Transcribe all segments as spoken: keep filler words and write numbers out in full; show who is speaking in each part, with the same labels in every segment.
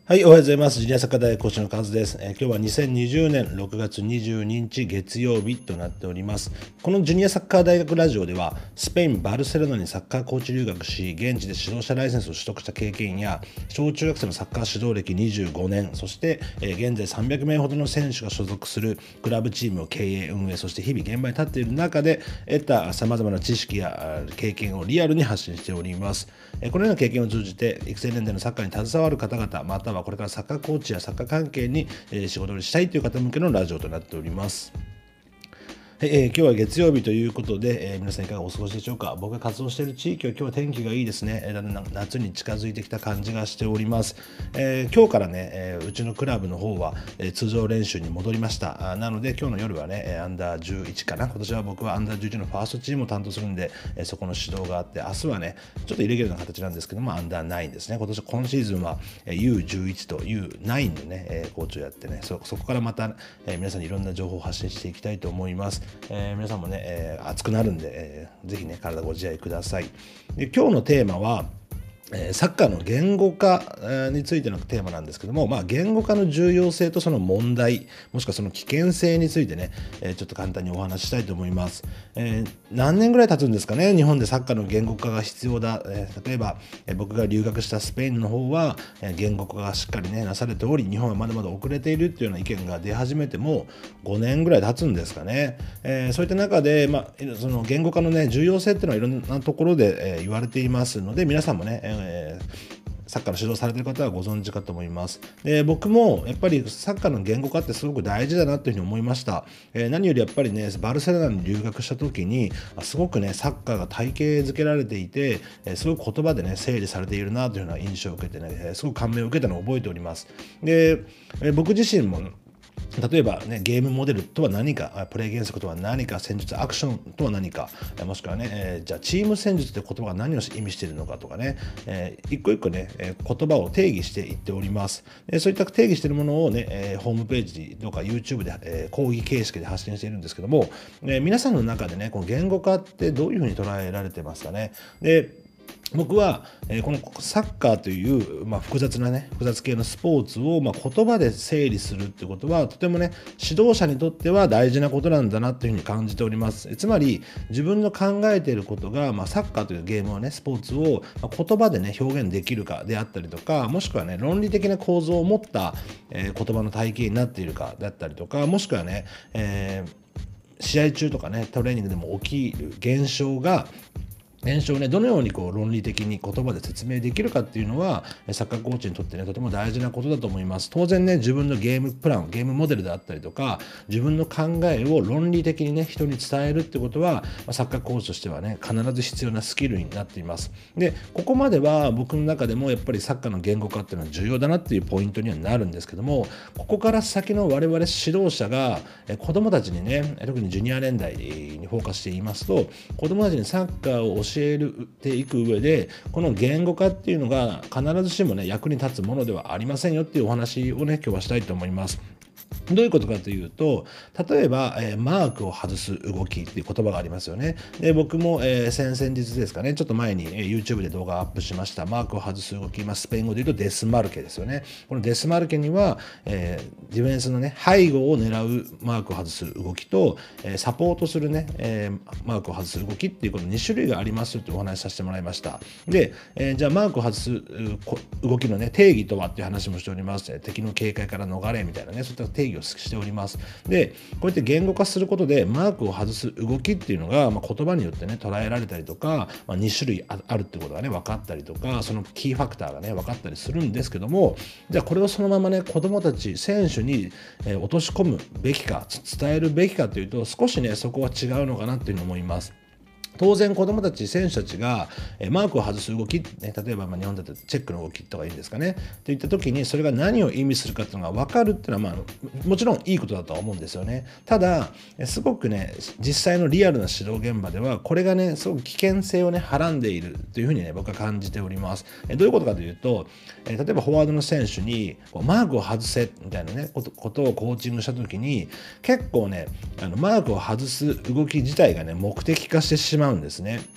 Speaker 1: はい、おはようございます。ジュニアサッカー大学コーチのカズです。えー今日はにせんにじゅうねんろくがつにじゅうににち月曜日となっております。このジュニアサッカー大学ラジオでは、スペイン・バルセロナにサッカーコーチ留学し、現地で指導者ライセンスを取得した経験や、小中学生のサッカー指導歴にじゅうごねん、そして、えー現在さんびゃくめいほどの選手が所属するクラブチームを経営、運営、そして日々現場に立っている中で得たさまざまな知識やあ経験をリアルに発信しております。えーこのような経験を通じて、育成年代のサッカーに携わる方々、またはこれからサッカーコーチやサッカー関係に、えー仕事をしたいという方向けのラジオとなっております。はい、えー今日は月曜日ということで、えー皆さんいかがお過ごしでしょうか。僕が活動している地域は今日は天気がいいですね。えーだんだん夏に近づいてきた感じがしております。えー今日からね、えーうちのクラブの方は、えー通常練習に戻りました。あなので今日の夜はね、えーアンダーじゅういちかな。今年は僕はアンダーじゅういちのファーストチームを担当するんで、えーそこの指導があって、明日はね、ちょっとイレギュラーな形なんですけども、アンダーナインですね。今年今シーズンは、えーユーじゅういち と ユーナイン のね、えーコーチをやってね、そそこからまた、えー皆さんにいろんな情報を発信していきたいと思います。えー皆さんもね、えー暑くなるんで、えーぜひね、体ご自愛ください。で、今日のテーマは、えーサッカーの言語化えーについてのテーマなんですけども、まあ、言語化の重要性とその問題、もしくはその危険性についてね、えーちょっと簡単にお話ししたいと思います。えー何年ぐらい経つんですかね、日本でサッカーの言語化が必要だ。えー例えば、えー僕が留学したスペインの方は、えー言語化がしっかりね、なされており、日本はまだまだ遅れているっていうような意見が出始めてもごねんぐらい経つんですかね。えーそういった中で、まあ、その言語化のね、重要性っていうのはいろんなところで、えー言われていますので、皆さんもね、えーサッカーの指導されている方はご存知かと思います。で、僕もやっぱりサッカーの言語化ってすごく大事だなというふうに思いました。えー何よりやっぱりね、バルセロナに留学した時に、あすごくね、サッカーが体系づけられていて、えーすごく言葉でね、整理されているなというような印象を受けてね、えーすごく感銘を受けたのを覚えております。で、えー僕自身も例えば、ね、ゲームモデルとは何か、プレー原則とは何か、戦術アクションとは何か、もしくはね、えーじゃあチーム戦術って言葉が何を意味しているのかとかね、えー一個一個ね、えー言葉を定義していっております。でそういった定義しているものをね、えーホームページとか YouTube で、えー講義形式で発信しているんですけども、えー皆さんの中でね、この言語化ってどういうふうに捉えられてますかね。で僕は、えーこのサッカーという、まあ、複雑なね複雑系のスポーツを、まあ、言葉で整理するってことはとてもね指導者にとっては大事なことなんだなというふうに感じております。つまり自分の考えていることが、まあ、サッカーというゲームをねスポーツを、まあ、言葉でね表現できるかであったりとか、もしくはね論理的な構造を持った、えー言葉の体系になっているかであったりとか、もしくはね、えー試合中とかねトレーニングでも起きる現象が現象をね、どのようにこう論理的に言葉で説明できるかっていうのは、サッカーコーチにとってね、とても大事なことだと思います。当然ね、自分のゲームプラン、ゲームモデルであったりとか、自分の考えを論理的にね、人に伝えるってことは、サッカーコーチとしてはね、必ず必要なスキルになっています。で、ここまでは僕の中でもやっぱりサッカーの言語化っていうのは重要だなっていうポイントにはなるんですけども、ここから先の我々指導者が、え子供たちにね、特にジュニア年代にフォーカスして言いますと、子供たちにサッカーを教えていく上でこの言語化っていうのが必ずしもね役に立つものではありませんよっていうお話をね今日はしたいと思います。どういうことかというと、例えば、えーマークを外す動きっていう言葉がありますよね。で僕も、えー先々日ですかね、ちょっと前に、えー YouTube で動画アップしました。マークを外す動き、まあ、スペイン語で言うとデスマルケですよね。このデスマルケには、えーディフェンスのね背後を狙うマークを外す動きと、えーサポートするね、えーマークを外す動きっていうこのに種類がありますというお話しさせてもらいました。で、えーじゃあマークを外すうこ動きのね定義とはっていう話もしております。敵の警戒から逃れみたいなね、そういった定義をしております。でこうやって言語化することでマークを外す動きっていうのが、まあ、言葉によってね捉えられたりとか、まあ、に種類ああるってことがね分かったりとか、そのキーファクターがね分かったりするんですけども、じゃあこれをそのままね子どもたち選手に、えー落とし込むべきか伝えるべきかというと、少しねそこは違うのかなっていうふうに思います。当然子どもたち選手たちがえーマークを外す動き、ね、例えばまあ日本だとチェックの動きとかいいんですかねといった時にそれが何を意味するかっていうのが分かるっていうのは、まあ、もちろんいいことだとは思うんですよね。ただすごくね実際のリアルな指導現場ではこれがねすごく危険性をねはらんでいるというふうにね僕は感じております。えどういうことかというと、え例えばフォワードの選手にこうマークを外せみたいなねことことをコーチングした時に結構ねあのマークを外す動き自体がね目的化してしまうんですね。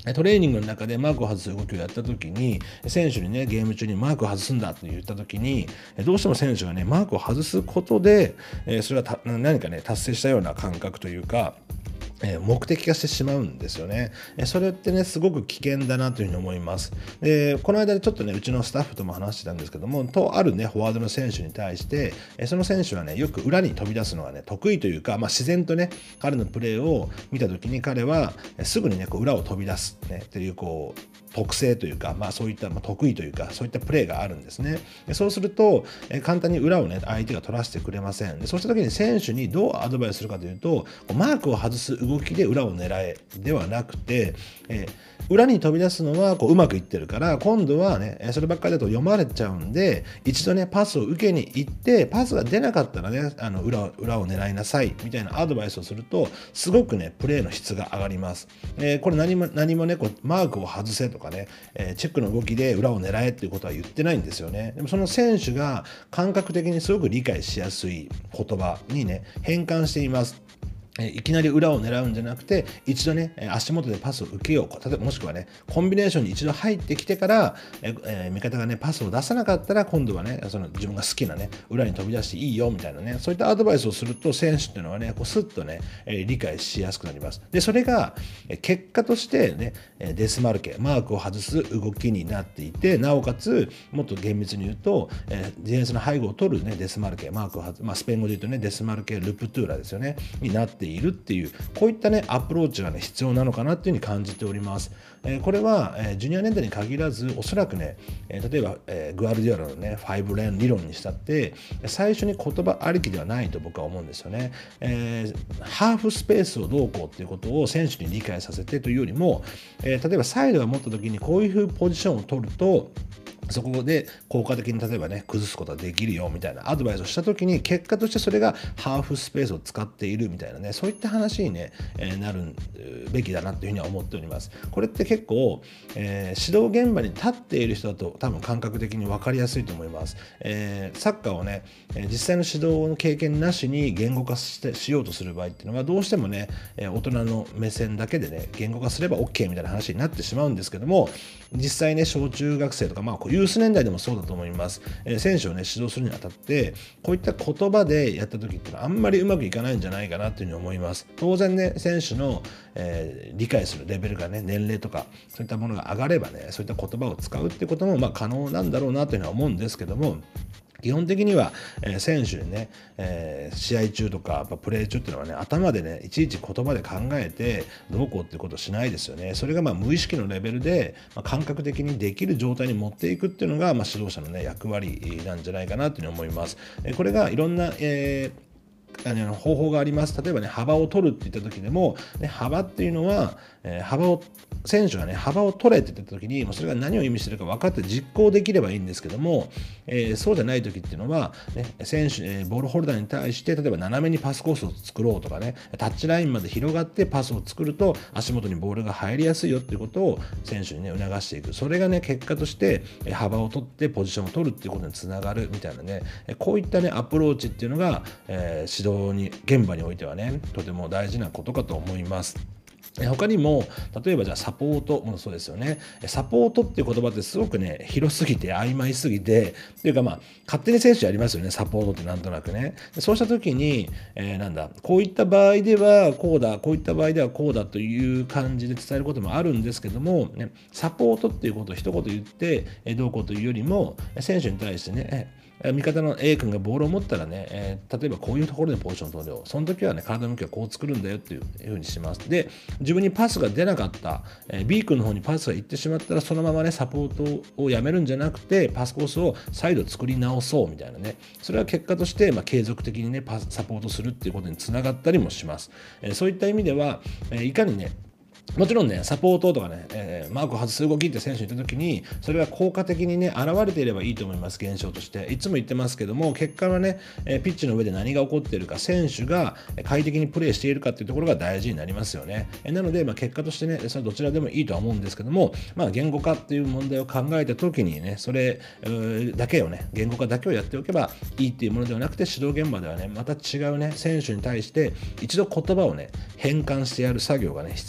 Speaker 1: トレーニングの中でマークを外す動きをやった時に、選手にね、ゲーム中にマークを外すんだって言った時に、どうしても選手がね、マークを外すことで、それは何かね、達成したような感覚というか、目的化してしまうんですよね。それってね、すごく危険だなというふうに思います。で、この間ちょっとね、うちのスタッフとも話してたんですけども、とあるね、フォワードの選手に対して、その選手はね、よく裏に飛び出すのがね、得意というか、まあ、自然とね、彼のプレーを見たときに彼はすぐにね、こう裏を飛び出す、ね、っていうこう、特性というか、まあ、そういった、まあ、得意というか、そういったプレーがあるんですね。でそうすると、え簡単に裏をね、相手が取らせてくれません。でそうした時に選手にどうアドバイスするかというと、マークを外す動きで裏を狙えではなくて、えー裏に飛び出すのはこううまくいってるから、今度はね、そればっかりだと読まれちゃうんで、一度ね、パスを受けに行って、パスが出なかったらね、あの 裏, 裏を狙いなさいみたいなアドバイスをすると、すごくね、プレーの質が上がります。えー、これ何も何もね、こうマークを外せとかね、えー、チェックの動きで裏を狙えっていうことは言ってないんですよね。でもその選手が感覚的にすごく理解しやすい言葉にね、変換しています。いきなり裏を狙うんじゃなくて、一度ね、足元でパスを受けよう。例えばもしくはね、コンビネーションに一度入ってきてから、えー、味方がね、パスを出さなかったら、今度はね、その自分が好きなね、裏に飛び出していいよ、みたいなね、そういったアドバイスをすると、選手っていうのはね、こうスッとね、えー、理解しやすくなります。で、それが、結果としてね、デスマルケ、マークを外す動きになっていて、なおかつ、もっと厳密に言うと、えー、ディフェンスの背後を取るね、デスマルケ、マークを外す、まあ、スペイン語で言うとね、デスマルケ・ルプトゥーラですよね、になっているっていう、こういったねアプローチがね必要なのかなっていうふうに感じております。えー、これは、えー、ジュニア年代に限らず、おそらくね、えー、例えば、えー、グアルディオラのねファイブレーン理論にしたって最初に言葉ありきではないと僕は思うんですよね。えー、ハーフスペースをどうこうっていうことを選手に理解させてというよりも、えー、例えばサイドが持った時にこういうふうポジションを取るとそこで効果的に例えばね崩すことができるよみたいなアドバイスをした時に、結果としてそれがハーフスペースを使っているみたいなね、そういった話にね、えー、なるべきだなというふうには思っております。これって結構、えー、指導現場に立っている人だと多分感覚的に分かりやすいと思います。えー、サッカーをね、実際の指導の経験なしに言語化してしようとする場合っていうのはどうしてもね、大人の目線だけでね言語化すれば OK みたいな話になってしまうんですけども、実際ね小中学生とか、まあ、ユース年代でもそうだと思います。えー、選手をね指導するにあたってこういった言葉でやった時っていうのはあんまりうまくいかないんじゃないかなというふうに思います。当然ね選手の、えー、理解するレベルがね年齢とかそういったものが上がればねそういった言葉を使うっていうこともまあ可能なんだろうなというのは思うんですけども、基本的には、えー、選手にね、えー、試合中とかプレー中っていうのはね頭でねいちいち言葉で考えてどうこうっていうことをしないですよね。それがまあ無意識のレベルで、まあ、感覚的にできる状態に持っていくっていうのが、まあ、指導者のね役割なんじゃないかなというふうに思います。えー、これがいろんな、えーあの方法があります。例えばね幅を取るって言った時でも、ね、幅っていうのは、えー、幅を選手がね幅を取れって言った時にもうそれが何を意味してるか分かって実行できればいいんですけども、えー、そうじゃない時っていうのは、ね、選手、えー、ボールホルダーに対して例えば斜めにパスコースを作ろうとかねタッチラインまで広がってパスを作ると足元にボールが入りやすいよっていうことを選手にね促していく。それがね結果として幅を取ってポジションを取るっていうことにつながるみたいなね、こういったねアプローチっていうのが、えー、指導に現場においてはねとても大事なことかと思います。他にも例えばじゃあサポートもそうですよね。サポートっていう言葉ってすごくね広すぎて曖昧すぎてっていうか、まあ勝手に選手やりますよね。サポートってなんとなくね。そうした時に、えー、なんだこういった場合ではこうだこういった場合ではこうだという感じで伝えることもあるんですけども、ね、サポートっていうことを一言言ってどうこうというよりも選手に対してね味方の A 君がボールを持ったらね、えー、例えばこういうところでポジションを取るよ。その時はね、体の向きはこう作るんだよっていうふうにします。で、自分にパスが出なかった、えー、B 君の方にパスが行ってしまったら、そのままね、サポートをやめるんじゃなくて、パスコースを再度作り直そうみたいなね。それは結果として、まあ、継続的にね、パスサポートするっていうことにつながったりもします。えー、そういった意味では、えー、いかにね、もちろんね、サポートとかね、えー、マークを外す動きって選手に言ったときに、それが効果的にね、現れていればいいと思います、現象として。いつも言ってますけども、結果はね、えー、ピッチの上で何が起こっているか、選手が快適にプレーしているかっていうところが大事になりますよね。えー、なので、まあ、結果としてね、それはどちらでもいいとは思うんですけども、まあ、言語化っていう問題を考えたときにね、それだけをね、言語化だけをやっておけばいいっていうものではなくて、指導現場ではね、また違うね、選手に対して一度言葉をね、変換してやる作業がね、必要です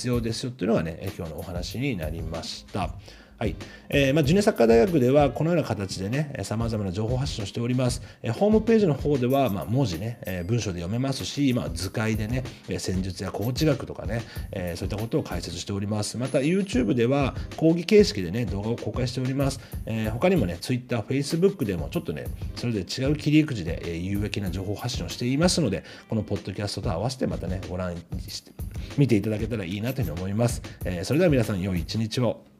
Speaker 1: ですよっていうのがね、今日のお話になりました。はい。えーまあ、ジュニアサッカー大学ではこのような形でね、さまざまな情報発信をしております。えーホームページの方では、まあ、文字ね、えー文章で読めますし、まあ、図解でね、えー戦術やコーチ学とかね、えーそういったことを解説しております。また YouTube では講義形式でね、動画を公開しております。えー他にもね、Twitter、Facebook でもちょっとね、それぞれ違う切り口で、えー有益な情報発信をしていますので、このポッドキャストと合わせてまたね、ご覧して見ていただけたらいいなというふうに思います。えーそれでは皆さん、良い一日を。